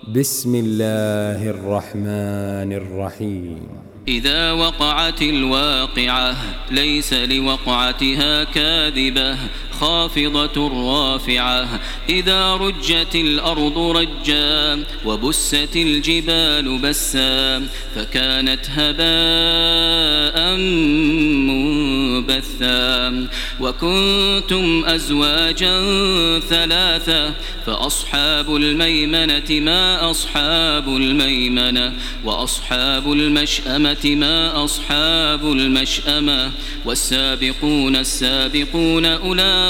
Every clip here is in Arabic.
بسم الله الرحمن الرحيم. إذا وقعت الواقعة ليس لوقعتها كاذبة خافضة رافعة إذا رجت الأرض رجا وبست الجبال بسا فكانت هباء منبثا وكنتم أزواجا ثلاثة فأصحاب الميمنة ما أصحاب الميمنة وأصحاب المشأمة ما أصحاب المشأمة والسابقون السابقون أولئك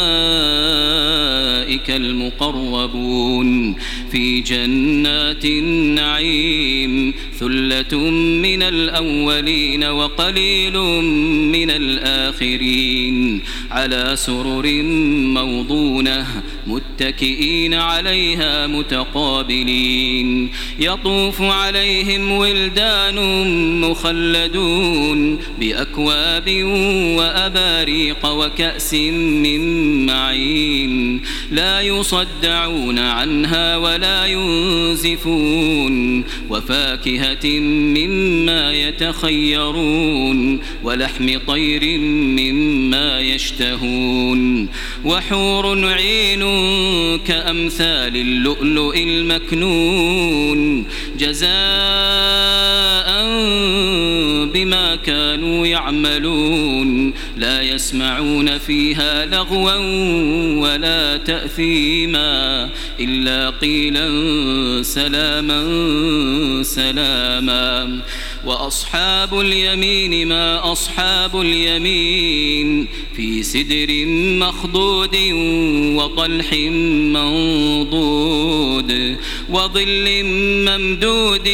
المقربون في جنات النعيم ثلة من الأولين وقليل من الآخرين على سرر موضونة متكئين عليها متقابلين يطوف عليهم ولدان مخلدون بأكواب وأباريق وكأس من معين لا يصدعون عنها ولا ينزفون وفاكهة مما يتخيرون ولحم طير مما يشتهون وحور عين كأمثال اللؤلؤ المكنون جزاء بما كانوا يعملون لا يسمعون فيها لغوا ولا تأثيما إلا قيلا سلاما سلاما وأصحاب اليمين ما أصحاب اليمين في سدر مخضود وطلح منضود وظل ممدود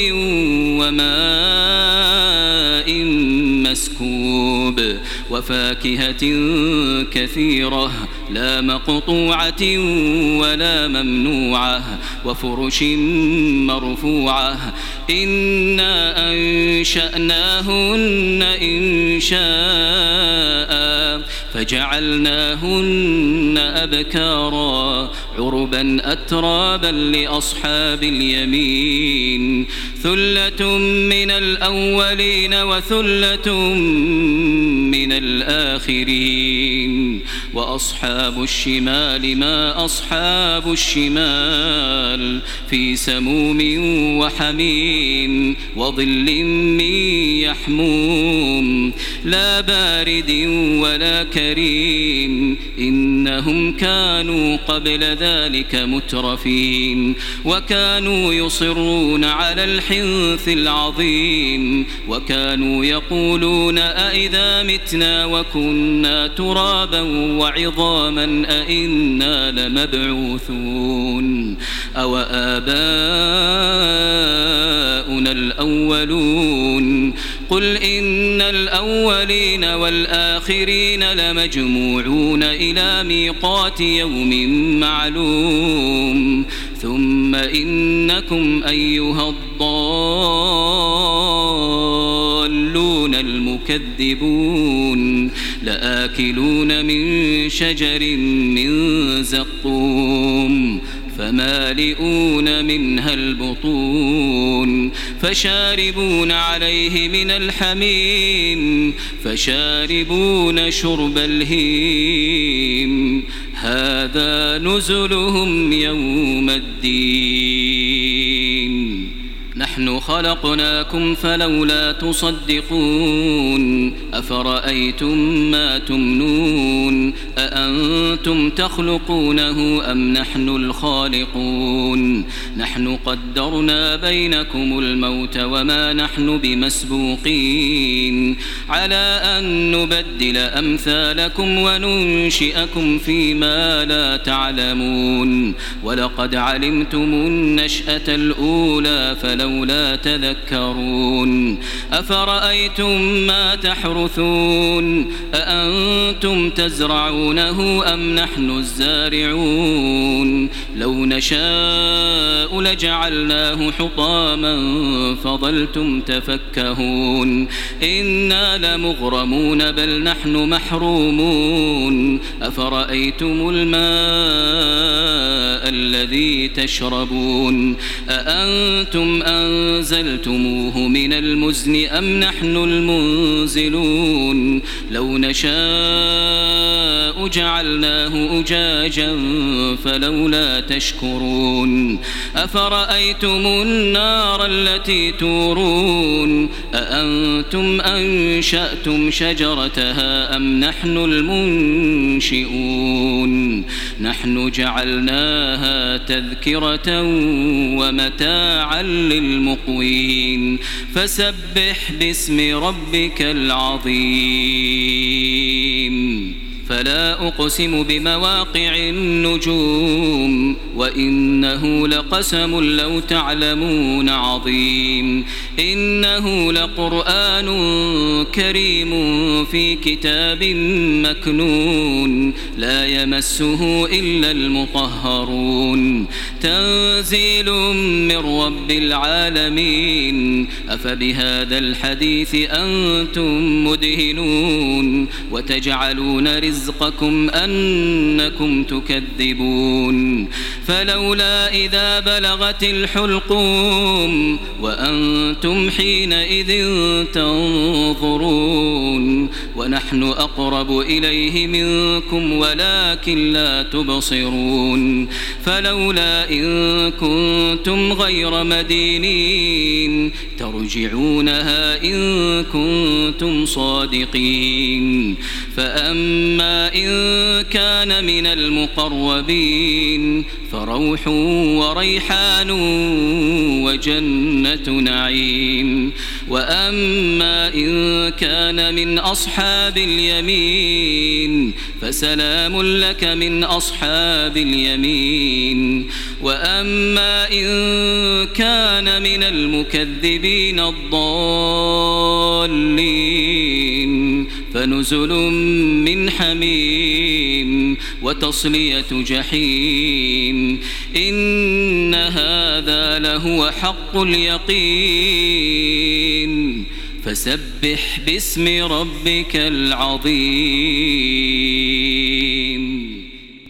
وماء مسكوب وفاكهة كثيرة لا مقطوعة ولا ممنوعة وفرش مرفوعة إنا أنشأناهن إنشاء فجعلناهن أبكارا عربا أترابا لأصحاب اليمين ثلة من الأولين وثلة من الآخرين وأصحاب الشمال ما أصحاب الشمال في سموم وحميم وظل من يحموم لا بارد ولا كريم إنهم كانوا قبل ذلك مترفين وكانوا يصرون على الحنث العظيم وكانوا يقولون أئذا متنا وكنا ترابا وعظاما أئنا لمبعوثون أو آباؤنا الأولون قل إن الأولين والآخرين لمجموعون إلى ميقات يوم معلوم ثم إنكم أيها الضالون المكذبون لآكلون من شجر من زقوم فمالئون منها البطون فشاربون عليه من الحميم فشاربون شرب الهيم هذا نزلهم يوم الدين نحن خلقناكم فلولا تصدقون أفرأيتم ما تمنون أأنتم تخلقونه أم نحن الخالقون نحن قدرنا بينكم الموت وما نحن بمسبوقين على أن نبدل أمثالكم وننشئكم فيما لا تعلمون ولقد علمتم النشأة الأولى فلولا تذكرون أفرأيتم ما تحرثون أأنتم تزرعونه تزرعونه أم نحن الزارعون لو نشاء لجعلناه حطاما فظلتم تفكهون إنا لمغرمون بل نحن محرومون أفرأيتم الماء الذي تشربون أأنتم أنزلتموه من المزن أم نحن المنزلون لو نشاء جعلناه أجاجا فلولا تشكرون أفرأيتم النار التي تورون أأنتم أنشأتم شجرتها أم نحن المنشئون نحن جعلناها تذكرة ومتاعا للمقوين فسبح باسم ربك العظيم فلا أقسم بمواقع النجوم وإنه لقسم لو تعلمون عظيم إنه لقرآن كريم في كتاب مكنون لا يمسه إلا المطهرون تنزيل من رب العالمين أفبهذا الحديث أنتم مدهنون وتجعلون رزقكم أنكم تكذبون فلولا إذا بلغت الحلقوم وأنتم حينئذ تنظرون ونحن أقرب إليه منكم ولكن لا تبصرون فلولا إن كنتم غير مدينين ترجعونها إن كنتم صادقين فأما إن كان من المقربين فروح وريحان وجنة نعيم وأما إن كان من أصحاب اليمين فسلام لك من أصحاب اليمين وأما إن كان من المكذبين الضالين فنزل من حميم وتصلية جحيم إن هذا لهو حق اليقين فسبح باسم ربك العظيم